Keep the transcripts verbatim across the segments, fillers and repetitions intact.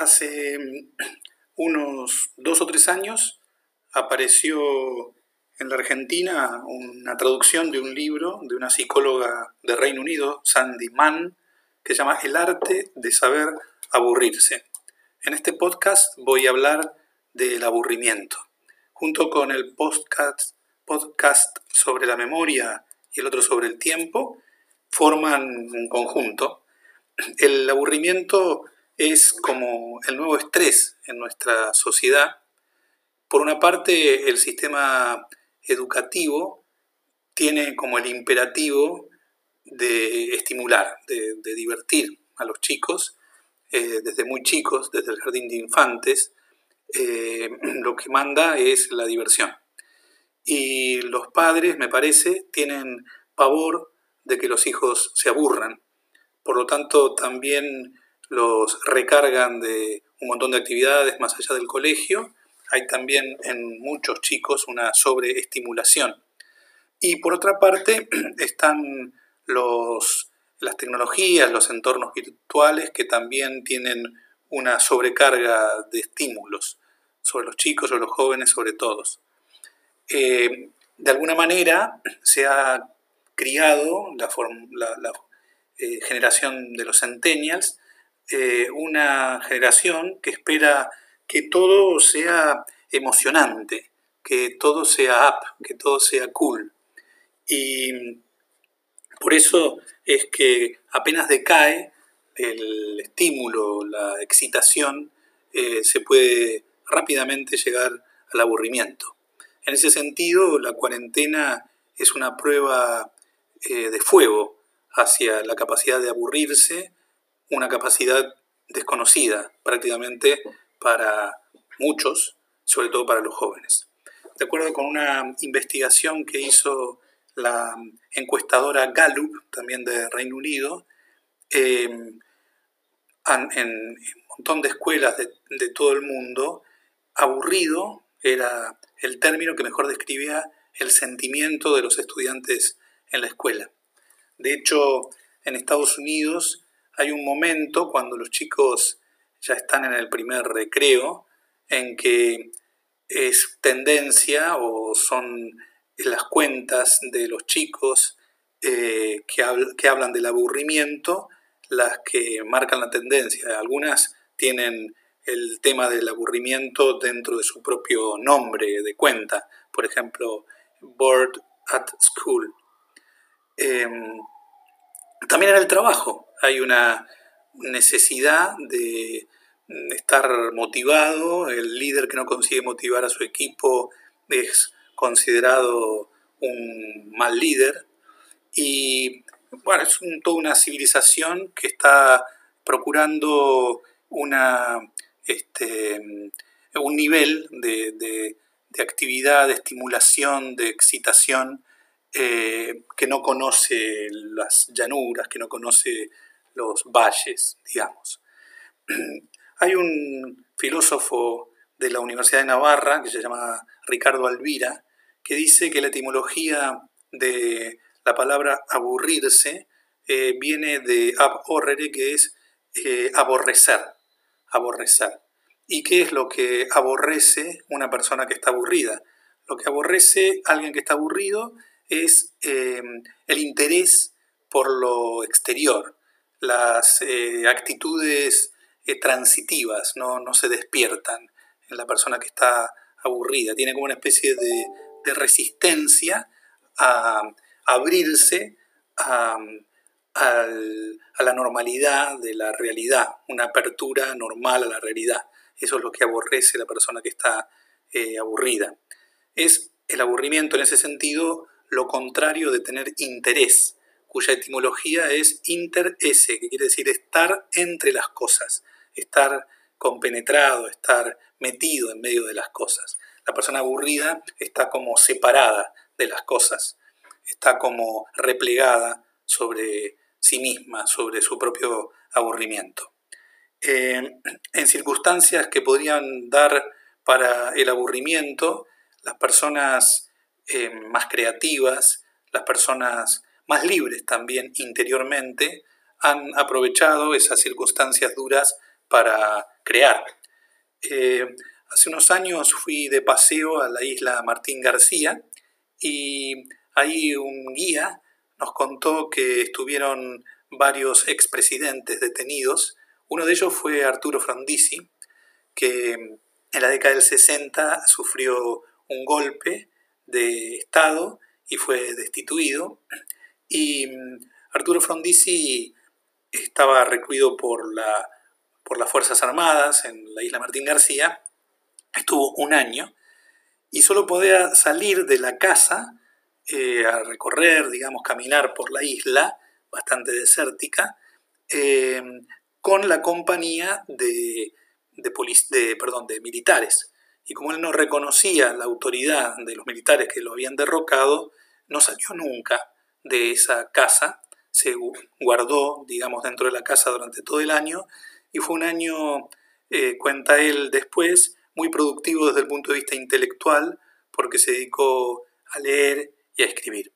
Hace unos dos o tres años apareció en la Argentina una traducción de un libro de una psicóloga de Reino Unido, Sandi Mann, que se llama El arte de saber aburrirse. En este podcast voy a hablar del aburrimiento. Junto con el podcast, podcast sobre la memoria y el otro sobre el tiempo, forman un conjunto. El aburrimiento es como el nuevo estrés en nuestra sociedad. Por una parte, el sistema educativo tiene como el imperativo de estimular, de, de divertir a los chicos, eh, desde muy chicos, desde el jardín de infantes. Eh, lo que manda es la diversión. Y los padres, me parece, tienen pavor de que los hijos se aburran. Por lo tanto, también los recargan de un montón de actividades más allá del colegio. Hay también en muchos chicos una sobreestimulación. Y por otra parte están los, las tecnologías, los entornos virtuales que también tienen una sobrecarga de estímulos sobre los chicos, sobre los jóvenes, sobre todos. Eh, de alguna manera se ha criado la, form, la, la eh, generación de los centennials, eh, una generación que espera que todo sea emocionante, que todo sea up, que todo sea cool. Y por eso es que apenas decae el estímulo, la excitación, eh, se puede rápidamente llegar al aburrimiento. En ese sentido, la cuarentena es una prueba eh, de fuego hacia la capacidad de aburrirse, una capacidad desconocida prácticamente para muchos, sobre todo para los jóvenes. De acuerdo con una investigación que hizo la encuestadora Gallup, también de Reino Unido, eh, en un montón de escuelas de, de todo el mundo, aburrido era el término que mejor describía el sentimiento de los estudiantes en la escuela. De hecho, en Estados Unidos hay un momento cuando los chicos ya están en el primer recreo en que es tendencia o son las cuentas de los chicos eh, que, habl- que hablan del aburrimiento las que marcan la tendencia. Algunas tienen el tema del aburrimiento dentro de su propio nombre de cuenta. Por ejemplo, Bored at School. Eh, también en el trabajo hay una necesidad de estar motivado. El líder que no consigue motivar a su equipo es considerado un mal líder. Y bueno, es un, toda una civilización que está procurando una, este, un nivel de, de, de actividad, de estimulación, de excitación eh, que no conoce las llanuras, que no conoce los valles, digamos. Hay un filósofo de la Universidad de Navarra que se llama Ricardo Alvira, que dice que la etimología de la palabra aburrirse eh, viene de aborrere, que es eh, aborrecer, aborrecer. ¿Y qué es lo que aborrece una persona que está aburrida? Lo que aborrece a alguien que está aburrido es eh, el interés por lo exterior, las eh, actitudes eh, transitivas, no, no se despiertan en la persona que está aburrida. Tiene como una especie de, de resistencia a, a abrirse a, al, a la normalidad de la realidad, una apertura normal a la realidad. Eso es lo que aborrece a la persona que está eh, aburrida. Es el aburrimiento en ese sentido lo contrario de tener interés, cuya etimología es interesse, que quiere decir estar entre las cosas, estar compenetrado, estar metido en medio de las cosas. La persona aburrida está como separada de las cosas, está como replegada sobre sí misma, sobre su propio aburrimiento. Eh, en circunstancias que podrían dar para el aburrimiento, las personas eh, más creativas, las personas más libres también interiormente, han aprovechado esas circunstancias duras para crear. Eh, hace unos años fui de paseo a la isla Martín García y ahí un guía nos contó que estuvieron varios expresidentes detenidos. Uno de ellos fue Arturo Frondizi, que en la década del sesenta sufrió un golpe de Estado y fue destituido. Y Arturo Frondizi estaba recluido por, la, por las Fuerzas Armadas en la isla Martín García. Estuvo un año y solo podía salir de la casa eh, a recorrer, digamos, caminar por la isla, bastante desértica, eh, con la compañía de, de, polic- de, perdón, de militares. Y como él no reconocía la autoridad de los militares que lo habían derrocado, no salió nunca de esa casa, se guardó, digamos, dentro de la casa durante todo el año, y fue un año, eh, cuenta él después, muy productivo desde el punto de vista intelectual, porque se dedicó a leer y a escribir.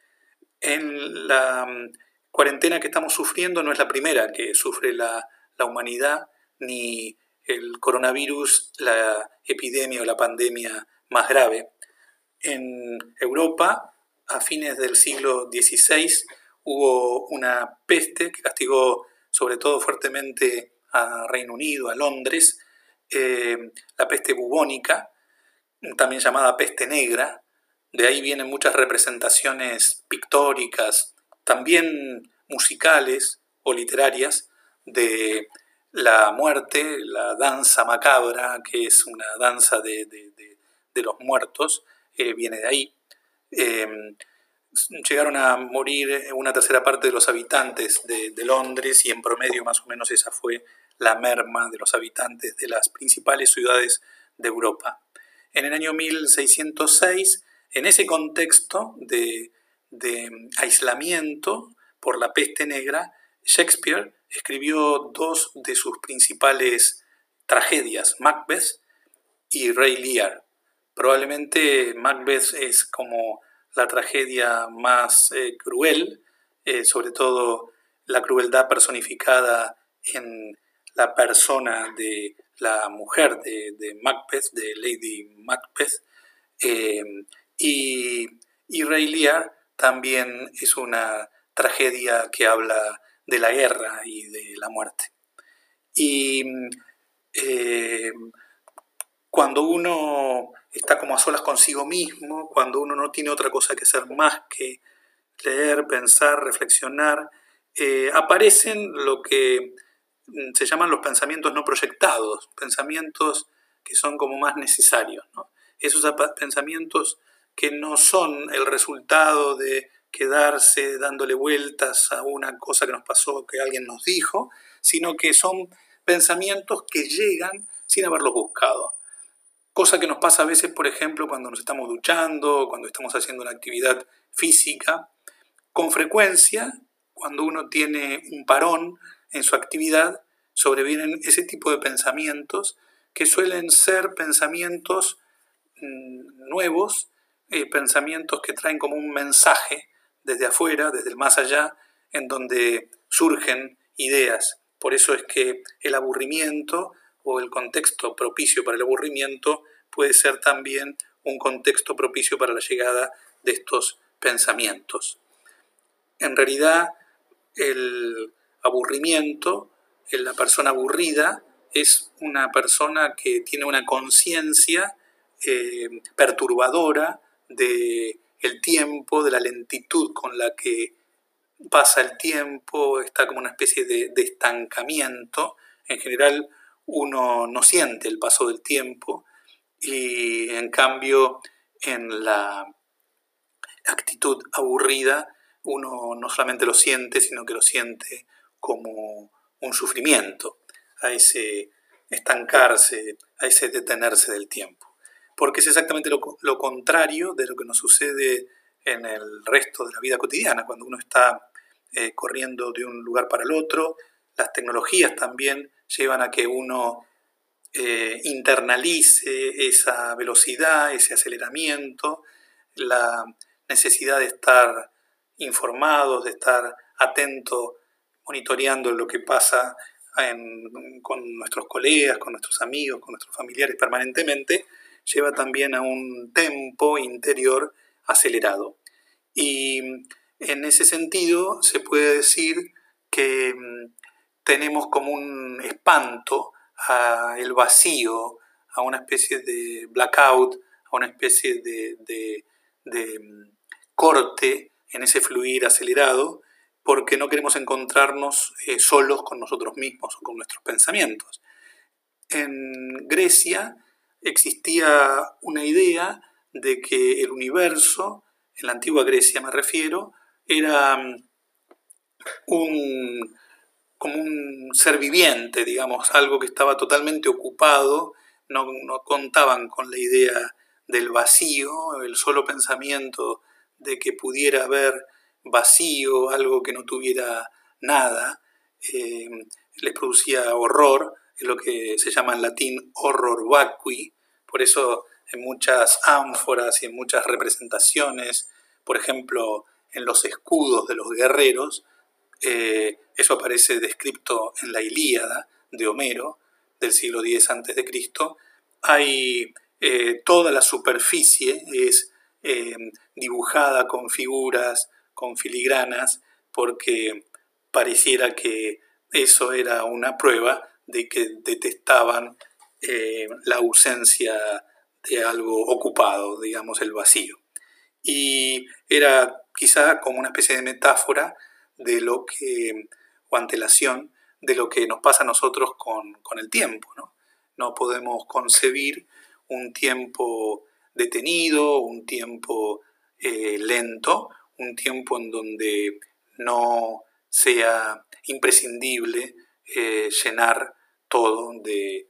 En la cuarentena que estamos sufriendo no es la primera que sufre la, la humanidad, ni el coronavirus, la epidemia o la pandemia más grave. En Europa, a fines del siglo dieciséis, hubo una peste que castigó sobre todo fuertemente a Reino Unido, a Londres, eh, la peste bubónica, también llamada peste negra. De ahí vienen muchas representaciones pictóricas, también musicales o literarias, de la muerte, la danza macabra, que es una danza de, de, de, de los muertos, eh, viene de ahí. Eh, llegaron a morir una tercera parte de los habitantes de, de Londres y en promedio más o menos esa fue la merma de los habitantes de las principales ciudades de Europa. En el año mil seiscientos seis, en ese contexto de, de aislamiento por la peste negra, Shakespeare escribió dos de sus principales tragedias, Macbeth y Rey Lear. Probablemente Macbeth es como la tragedia más eh, cruel, eh, sobre todo la crueldad personificada en la persona de la mujer de, de Macbeth, de Lady Macbeth, eh, y, y Rey Lear también es una tragedia que habla de la guerra y de la muerte. Y eh, cuando uno está como a solas consigo mismo, cuando uno no tiene otra cosa que hacer más que leer, pensar, reflexionar, eh, aparecen lo que se llaman los pensamientos no proyectados, pensamientos que son como más necesarios, ¿no? Esos pensamientos que no son el resultado de quedarse dándole vueltas a una cosa que nos pasó, que alguien nos dijo, sino que son pensamientos que llegan sin haberlos buscado. Cosa que nos pasa a veces, por ejemplo, cuando nos estamos duchando, cuando estamos haciendo una actividad física. Con frecuencia, cuando uno tiene un parón en su actividad, sobrevienen ese tipo de pensamientos que suelen ser pensamientos mmm, nuevos, eh, pensamientos que traen como un mensaje desde afuera, desde el más allá, en donde surgen ideas. Por eso es que el aburrimiento o el contexto propicio para el aburrimiento puede ser también un contexto propicio para la llegada de estos pensamientos. En realidad, el aburrimiento, la persona aburrida, es una persona que tiene una conciencia eh, perturbadora del tiempo, de la lentitud con la que pasa el tiempo, está como una especie de, de estancamiento. En general, uno no siente el paso del tiempo y, en cambio, en la actitud aburrida, uno no solamente lo siente, sino que lo siente como un sufrimiento, a ese estancarse, a ese detenerse del tiempo. Porque es exactamente lo, lo contrario de lo que nos sucede en el resto de la vida cotidiana, cuando uno está eh, corriendo de un lugar para el otro. Las tecnologías también llevan a que uno eh, internalice esa velocidad, ese aceleramiento, la necesidad de estar informados, de estar atento, monitoreando lo que pasa en, con nuestros colegas, con nuestros amigos, con nuestros familiares permanentemente, lleva también a un tempo interior acelerado. Y en ese sentido se puede decir que tenemos como un espanto al vacío, a una especie de blackout, a una especie de, de, de corte en ese fluir acelerado, porque no queremos encontrarnos eh, solos con nosotros mismos o con nuestros pensamientos. En Grecia existía una idea de que el universo, en la antigua Grecia me refiero, era un, como un ser viviente, digamos, algo que estaba totalmente ocupado, no, no contaban con la idea del vacío, el solo pensamiento de que pudiera haber vacío, algo que no tuviera nada, eh, les producía horror, es lo que se llama en latín horror vacui. Por eso en muchas ánforas y en muchas representaciones, por ejemplo en los escudos de los guerreros, eh, eso aparece descrito en la Ilíada de Homero del siglo diez antes de Cristo. Hay eh, toda la superficie es eh, dibujada con figuras, con filigranas, porque pareciera que eso era una prueba de que detestaban eh, la ausencia de algo ocupado, digamos el vacío. Y era quizá como una especie de metáfora de lo que, o antelación, de lo que nos pasa a nosotros con, con el tiempo, ¿no? No podemos concebir un tiempo detenido, un tiempo eh, lento, un tiempo en donde no sea imprescindible eh, llenar todo de,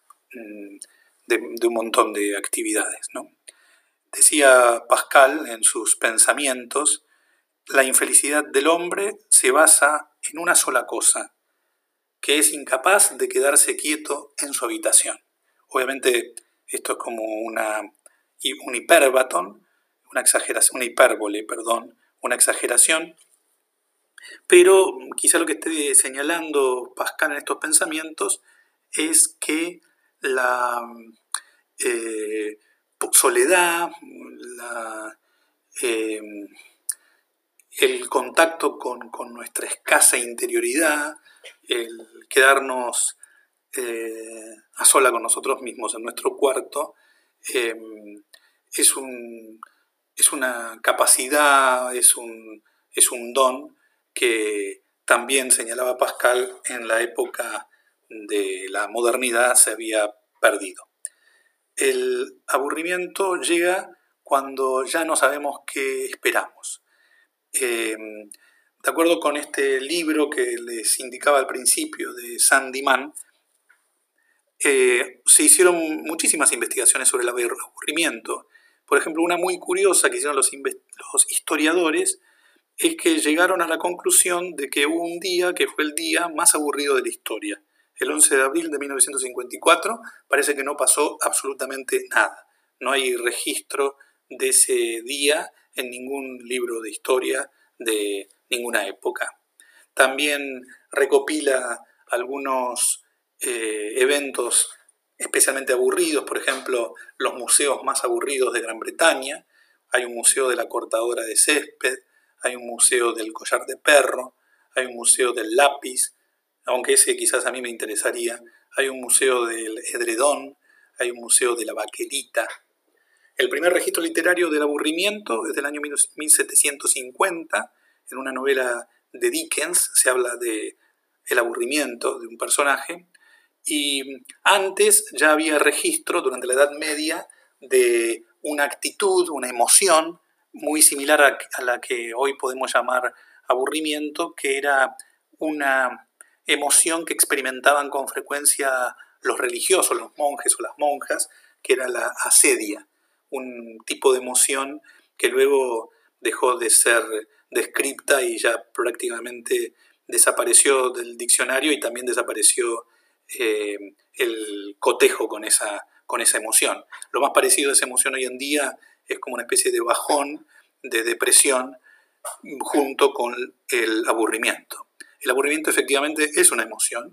de, de un montón de actividades, ¿no? Decía Pascal en sus pensamientos, la infelicidad del hombre se basa en una sola cosa, que es incapaz de quedarse quieto en su habitación. Obviamente esto es como una, un hipérbaton, una exageración, una hipérbole, perdón, una exageración, pero quizá lo que esté señalando Pascal en estos pensamientos es que la eh, soledad, la, eh, el contacto con, con nuestra escasa interioridad, el quedarnos eh, a sola con nosotros mismos en nuestro cuarto, eh, es, un, es una capacidad, es un, es un don que también señalaba Pascal en la época de la modernidad se había perdido. El aburrimiento llega cuando ya no sabemos qué esperamos. Eh, de acuerdo con este libro que les indicaba al principio de Sandy Mann, eh, se hicieron muchísimas investigaciones sobre el aburrimiento. Por ejemplo, una muy curiosa que hicieron los, los historiadores es que llegaron a la conclusión de que hubo un día que fue el día más aburrido de la historia. El once de abril de mil novecientos cincuenta y cuatro parece que no pasó absolutamente nada. No hay registro de ese día en ningún libro de historia de ninguna época. También recopila algunos eh, eventos especialmente aburridos, por ejemplo, los museos más aburridos de Gran Bretaña. Hay un museo de la cortadora de césped, hay un museo del collar de perro, hay un museo del lápiz, aunque ese quizás a mí me interesaría, hay un museo del edredón, hay un museo de la baquelita. El primer registro literario del aburrimiento es del año mil setecientos cincuenta, en una novela de Dickens se habla de el aburrimiento de un personaje, y antes ya había registro durante la Edad Media de una actitud, una emoción muy similar a, a la que hoy podemos llamar aburrimiento, que era una emoción que experimentaban con frecuencia los religiosos, los monjes o las monjas, que era la asedia, un tipo de emoción que luego dejó de ser descripta y ya prácticamente desapareció del diccionario y también desapareció eh, el cotejo con esa, con esa emoción. Lo más parecido a esa emoción hoy en día es como una especie de bajón, de depresión, junto con el aburrimiento. El aburrimiento efectivamente es una emoción,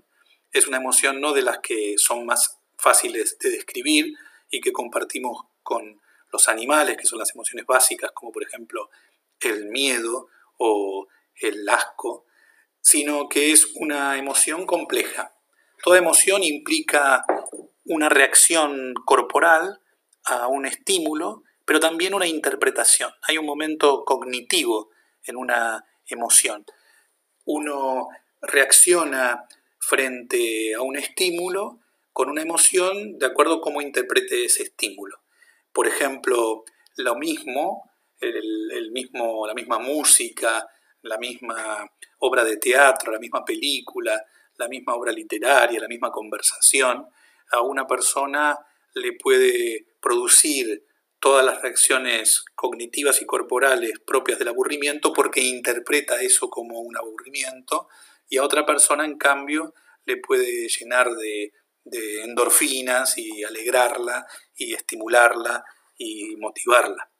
Es una emoción no de las que son más fáciles de describir y que compartimos con los animales, que son las emociones básicas, como por ejemplo el miedo o el asco, sino que es una emoción compleja. Toda emoción implica una reacción corporal a un estímulo, pero también una interpretación. Hay un momento cognitivo en una emoción. Uno reacciona frente a un estímulo con una emoción de acuerdo a cómo interprete ese estímulo. Por ejemplo, lo mismo, el, el mismo, la misma música, la misma obra de teatro, la misma película, la misma obra literaria, la misma conversación, a una persona le puede producir todas las reacciones cognitivas y corporales propias del aburrimiento porque interpreta eso como un aburrimiento, y a otra persona, en cambio, le puede llenar de, de endorfinas y alegrarla y estimularla y motivarla.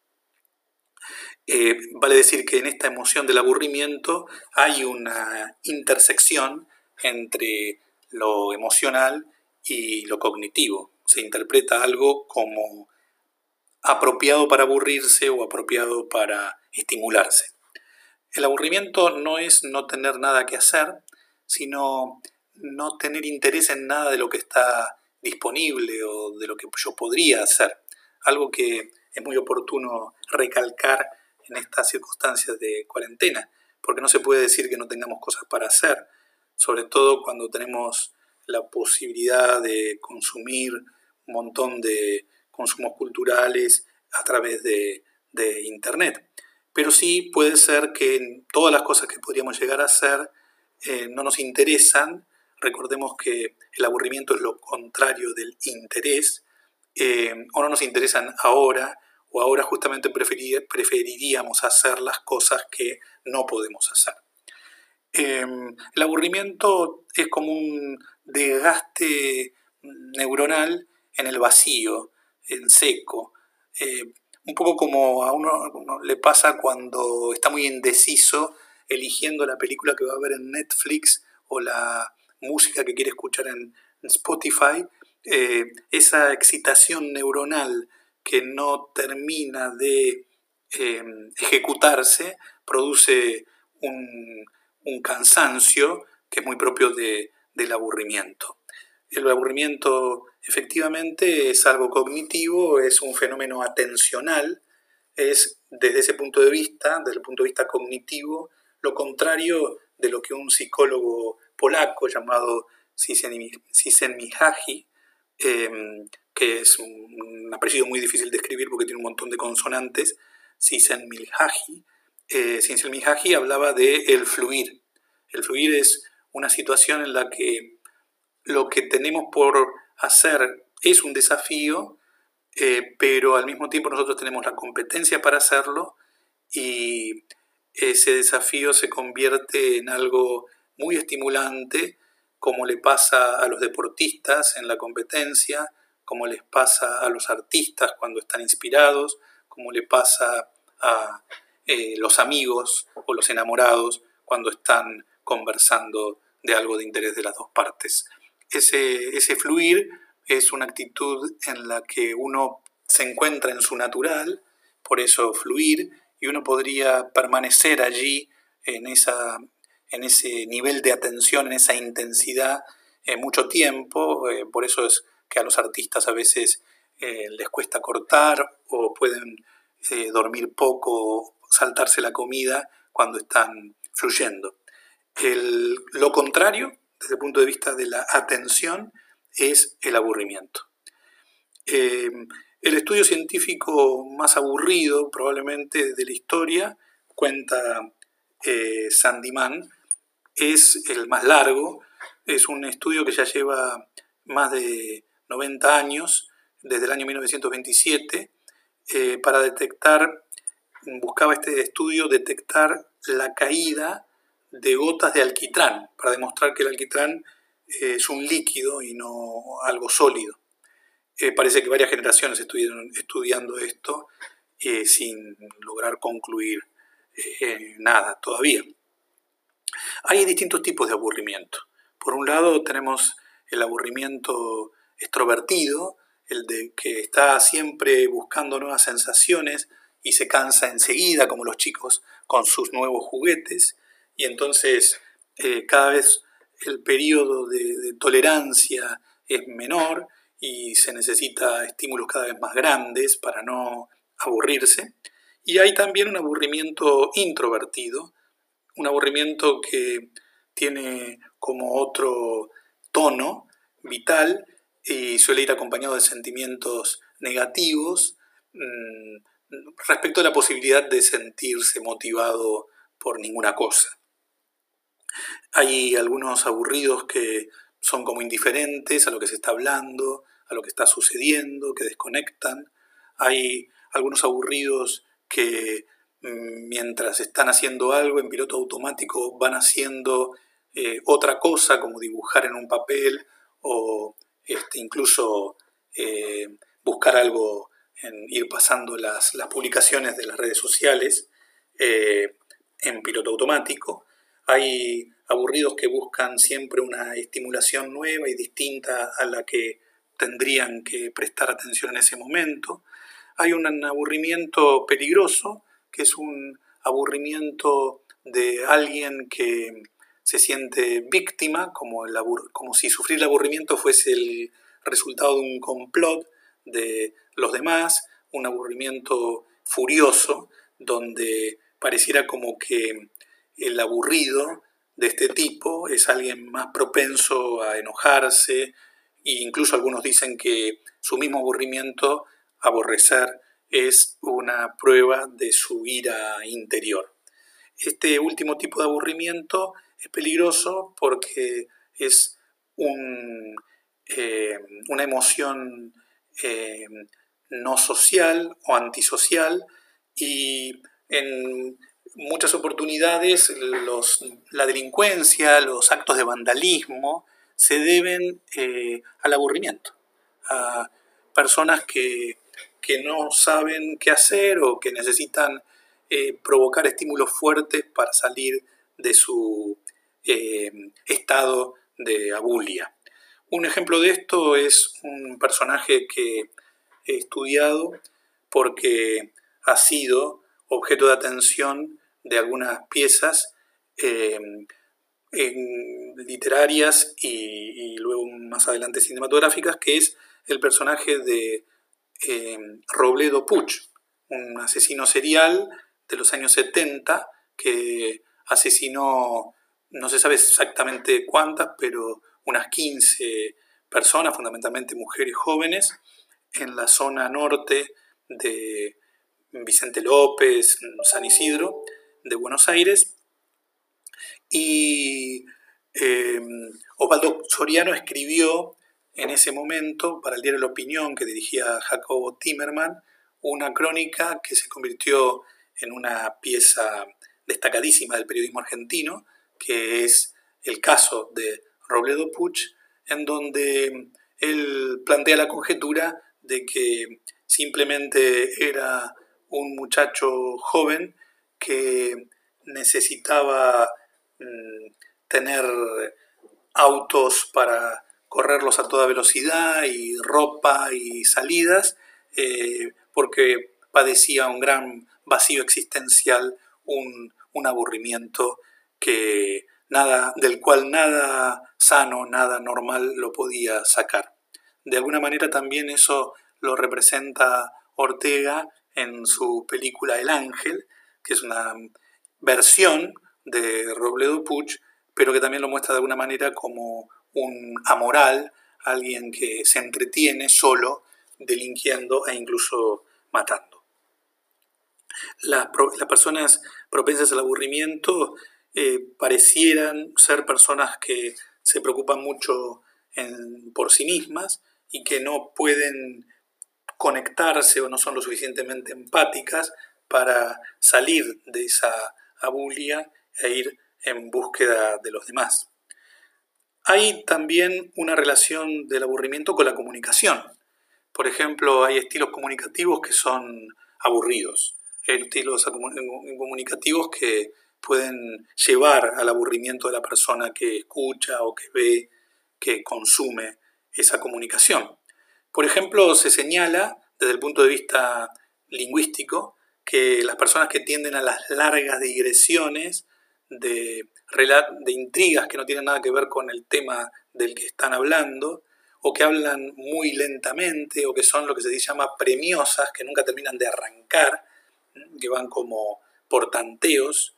Eh, vale decir que en esta emoción del aburrimiento hay una intersección entre lo emocional y lo cognitivo. Se interpreta algo como apropiado para aburrirse o apropiado para estimularse. El aburrimiento no es no tener nada que hacer, sino no tener interés en nada de lo que está disponible o de lo que yo podría hacer. Algo que es muy oportuno recalcar en estas circunstancias de cuarentena, porque no se puede decir que no tengamos cosas para hacer, sobre todo cuando tenemos la posibilidad de consumir un montón de consumos culturales a través de, de Internet. Pero sí puede ser que todas las cosas que podríamos llegar a hacer eh, no nos interesan. Recordemos que el aburrimiento es lo contrario del interés, eh, o no nos interesan ahora, o ahora justamente preferir, preferiríamos hacer las cosas que no podemos hacer. Eh, el aburrimiento es como un desgaste neuronal en el vacío, en seco. Eh, un poco como a uno, a uno le pasa cuando está muy indeciso eligiendo la película que va a ver en Netflix o la música que quiere escuchar en Spotify. Eh, esa excitación neuronal que no termina de eh, ejecutarse produce un, un cansancio que es muy propio de, del aburrimiento. El aburrimiento efectivamente es algo cognitivo, es un fenómeno atencional, es desde ese punto de vista, desde el punto de vista cognitivo, lo contrario de lo que un psicólogo polaco llamado Csikszentmihalyi, eh, que es un apellido muy difícil de escribir porque tiene un montón de consonantes, Csikszentmihalyi, eh, Csikszentmihalyi hablaba de el fluir. El fluir es una situación en la que lo que tenemos por hacer es un desafío, eh, pero al mismo tiempo nosotros tenemos la competencia para hacerlo y ese desafío se convierte en algo muy estimulante, como le pasa a los deportistas en la competencia, como les pasa a los artistas cuando están inspirados, como le pasa a eh, los amigos o los enamorados cuando están conversando de algo de interés de las dos partes. Ese, ese fluir es una actitud en la que uno se encuentra en su natural, por eso fluir, y uno podría permanecer allí en, esa, en ese nivel de atención, en esa intensidad, eh, mucho tiempo. Eh, por eso es que a los artistas a veces eh, les cuesta cortar o pueden eh, dormir poco, saltarse la comida cuando están fluyendo. El, lo contrario, desde el punto de vista de la atención, es el aburrimiento. Eh, el estudio científico más aburrido probablemente de la historia, cuenta eh, Sandeman, es el más largo. Es un estudio que ya lleva más de noventa años, desde el año mil novecientos veintisiete, eh, para detectar, buscaba este estudio detectar la caída de gotas de alquitrán, para demostrar que el alquitrán eh, es un líquido y no algo sólido. Eh, parece que varias generaciones estuvieron estudiando esto eh, sin lograr concluir eh, nada todavía. Hay distintos tipos de aburrimiento. Por un lado tenemos el aburrimiento extrovertido, el de que está siempre buscando nuevas sensaciones y se cansa enseguida, como los chicos con sus nuevos juguetes, y entonces eh, cada vez el periodo de, de tolerancia es menor y se necesita estímulos cada vez más grandes para no aburrirse. Y hay también un aburrimiento introvertido, un aburrimiento que tiene como otro tono vital y suele ir acompañado de sentimientos negativos mmm, respecto a la posibilidad de sentirse motivado por ninguna cosa. Hay algunos aburridos que son como indiferentes a lo que se está hablando, a lo que está sucediendo, que desconectan. Hay algunos aburridos que mientras están haciendo algo en piloto automático van haciendo eh, otra cosa, como dibujar en un papel o este, incluso eh, buscar algo, en ir pasando las, las publicaciones de las redes sociales eh, en piloto automático. Hay aburridos que buscan siempre una estimulación nueva y distinta a la que tendrían que prestar atención en ese momento. Hay un aburrimiento peligroso, que es un aburrimiento de alguien que se siente víctima, como, el abur- como si sufrir el aburrimiento fuese el resultado de un complot de los demás, un aburrimiento furioso, donde pareciera como que el aburrido de este tipo es alguien más propenso a enojarse, e incluso algunos dicen que su mismo aburrimiento, aborrecer, es una prueba de su ira interior. Este último tipo de aburrimiento es peligroso porque es un, eh, una emoción eh, no social o antisocial, y en muchas oportunidades los, la delincuencia, los actos de vandalismo se deben eh, al aburrimiento, a personas que, que no saben qué hacer o que necesitan eh, provocar estímulos fuertes para salir de su eh, estado de abulia. Un ejemplo de esto es un personaje que he estudiado porque ha sido objeto de atención de algunas piezas eh, en literarias y, y luego más adelante cinematográficas, que es el personaje de eh, Robledo Puch, un asesino serial de los años setenta que asesinó, no se sabe exactamente cuántas, pero unas quince personas, fundamentalmente mujeres jóvenes, en la zona norte de Vicente López, San Isidro, de Buenos Aires. Y eh, Osvaldo Soriano escribió en ese momento para el diario La Opinión, que dirigía Jacobo Timerman, una crónica que se convirtió en una pieza destacadísima del periodismo argentino, que es el caso de Robledo Puch, en donde él plantea la conjetura de que simplemente era un muchacho joven que necesitaba mmm, tener autos para correrlos a toda velocidad y ropa y salidas, eh, porque padecía un gran vacío existencial, un, un aburrimiento que nada, del cual nada sano, nada normal lo podía sacar. De alguna manera también eso lo representa Ortega en su película El Ángel, que es una versión de Robledo Puch, pero que también lo muestra de alguna manera como un amoral, alguien que se entretiene solo delinquiendo e incluso matando. Las, las personas propensas al aburrimiento eh, parecieran ser personas que se preocupan mucho en, por sí mismas y que no pueden conectarse o no son lo suficientemente empáticas para salir de esa abulia e ir en búsqueda de los demás. Hay también una relación del aburrimiento con la comunicación. Por ejemplo, hay estilos comunicativos que son aburridos, hay estilos comunicativos que pueden llevar al aburrimiento de la persona que escucha o que ve, que consume esa comunicación. Por ejemplo, se señala desde el punto de vista lingüístico que las personas que tienden a las largas digresiones de, de intrigas que no tienen nada que ver con el tema del que están hablando, o que hablan muy lentamente, o que son lo que se llama premiosas, que nunca terminan de arrancar, que van como por tanteos,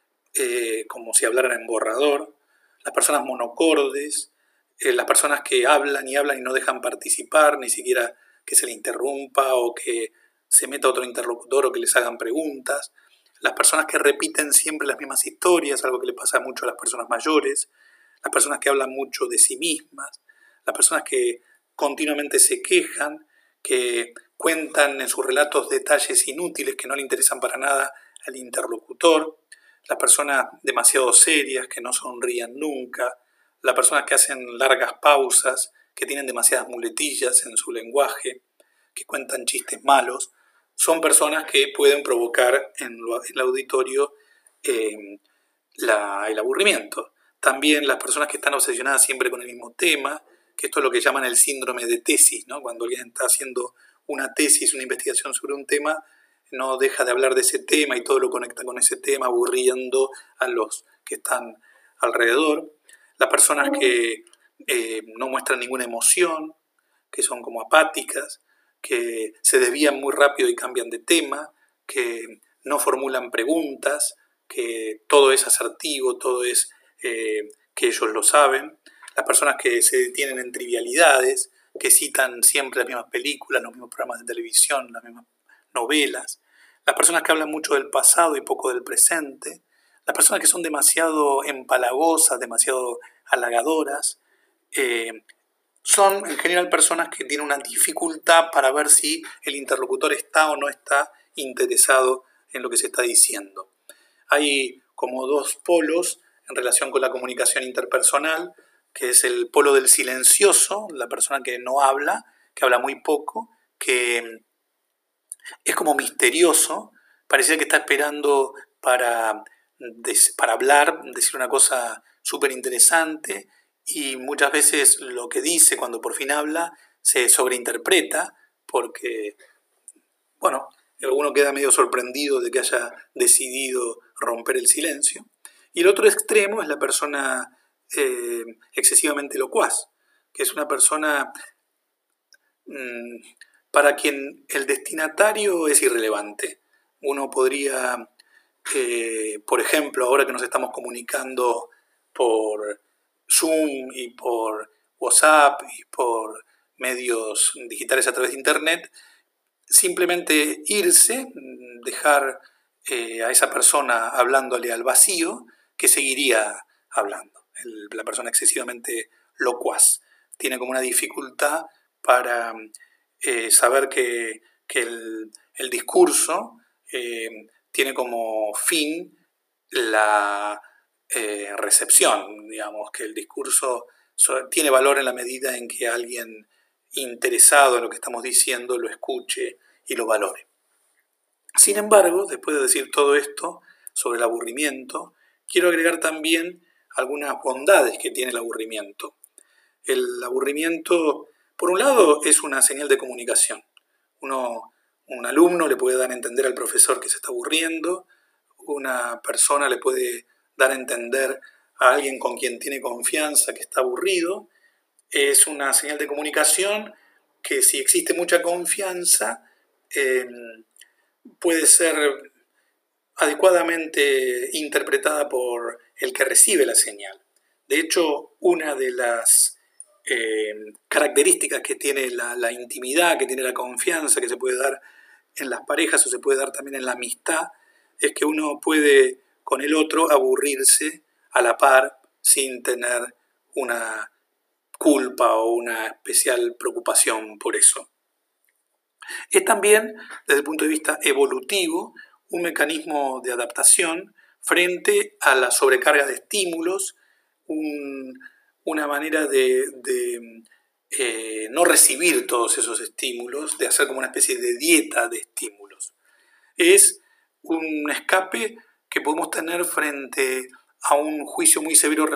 eh, como si hablaran en borrador, las personas monocordes, eh, las personas que hablan y hablan y no dejan participar, ni siquiera que se le interrumpa o que se meta otro interlocutor o que les hagan preguntas, las personas que repiten siempre las mismas historias, algo que le pasa mucho a las personas mayores, las personas que hablan mucho de sí mismas, las personas que continuamente se quejan, que cuentan en sus relatos detalles inútiles que no le interesan para nada al interlocutor, las personas demasiado serias que no sonrían nunca, las personas que hacen largas pausas, que tienen demasiadas muletillas en su lenguaje, que cuentan chistes malos, son personas que pueden provocar en el auditorio eh, la, el aburrimiento. También las personas que están obsesionadas siempre con el mismo tema, que esto es lo que llaman el síndrome de tesis, ¿no? Cuando alguien está haciendo una tesis, una investigación sobre un tema, no deja de hablar de ese tema y todo lo conecta con ese tema, aburriendo a los que están alrededor. Las personas que eh, no muestran ninguna emoción, que son como apáticas, que se desvían muy rápido y cambian de tema, que no formulan preguntas, que todo es asertivo, todo es eh, que ellos lo saben. Las personas que se detienen en trivialidades, que citan siempre las mismas películas, los mismos programas de televisión, las mismas novelas. Las personas que hablan mucho del pasado y poco del presente. Las personas que son demasiado empalagosas, demasiado halagadoras. Eh, son en general personas que tienen una dificultad para ver si el interlocutor está o no está interesado en lo que se está diciendo. Hay como dos polos en relación con la comunicación interpersonal, que es el polo del silencioso, la persona que no habla, que habla muy poco, que es como misterioso, parecía que está esperando para, para hablar, decir una cosa súper interesante, y muchas veces lo que dice cuando por fin habla se sobreinterpreta porque, bueno, uno queda medio sorprendido de que haya decidido romper el silencio. Y el otro extremo es la persona eh, excesivamente locuaz, que es una persona mmm, para quien el destinatario es irrelevante. Uno podría, eh, por ejemplo, ahora que nos estamos comunicando por Zoom y por WhatsApp y por medios digitales a través de Internet, simplemente irse, dejar eh, a esa persona hablándole al vacío, que seguiría hablando. El, la persona excesivamente locuaz tiene como una dificultad para eh, saber que, que el, el discurso eh, tiene como fin la eh, recepción, digamos, que el discurso tiene valor en la medida en que alguien interesado en lo que estamos diciendo lo escuche y lo valore. Sin embargo, después de decir todo esto sobre el aburrimiento, quiero agregar también algunas bondades que tiene el aburrimiento. El aburrimiento, por un lado, es una señal de comunicación. Uno, un alumno le puede dar a entender al profesor que se está aburriendo, una persona le puede dar a entender a alguien con quien tiene confianza que está aburrido. Es una señal de comunicación que, si existe mucha confianza, eh, puede ser adecuadamente interpretada por el que recibe la señal. De hecho, una de las eh, características que tiene la, la intimidad, que tiene la confianza, que se puede dar en las parejas o se puede dar también en la amistad, es que uno puede con el otro aburrirse a la par sin tener una culpa o una especial preocupación por eso. Es también, desde el punto de vista evolutivo, un mecanismo de adaptación frente a la sobrecarga de estímulos, un, una manera de, de eh, no recibir todos esos estímulos, de hacer como una especie de dieta de estímulos. Es un escape que podemos tener frente a un juicio muy severo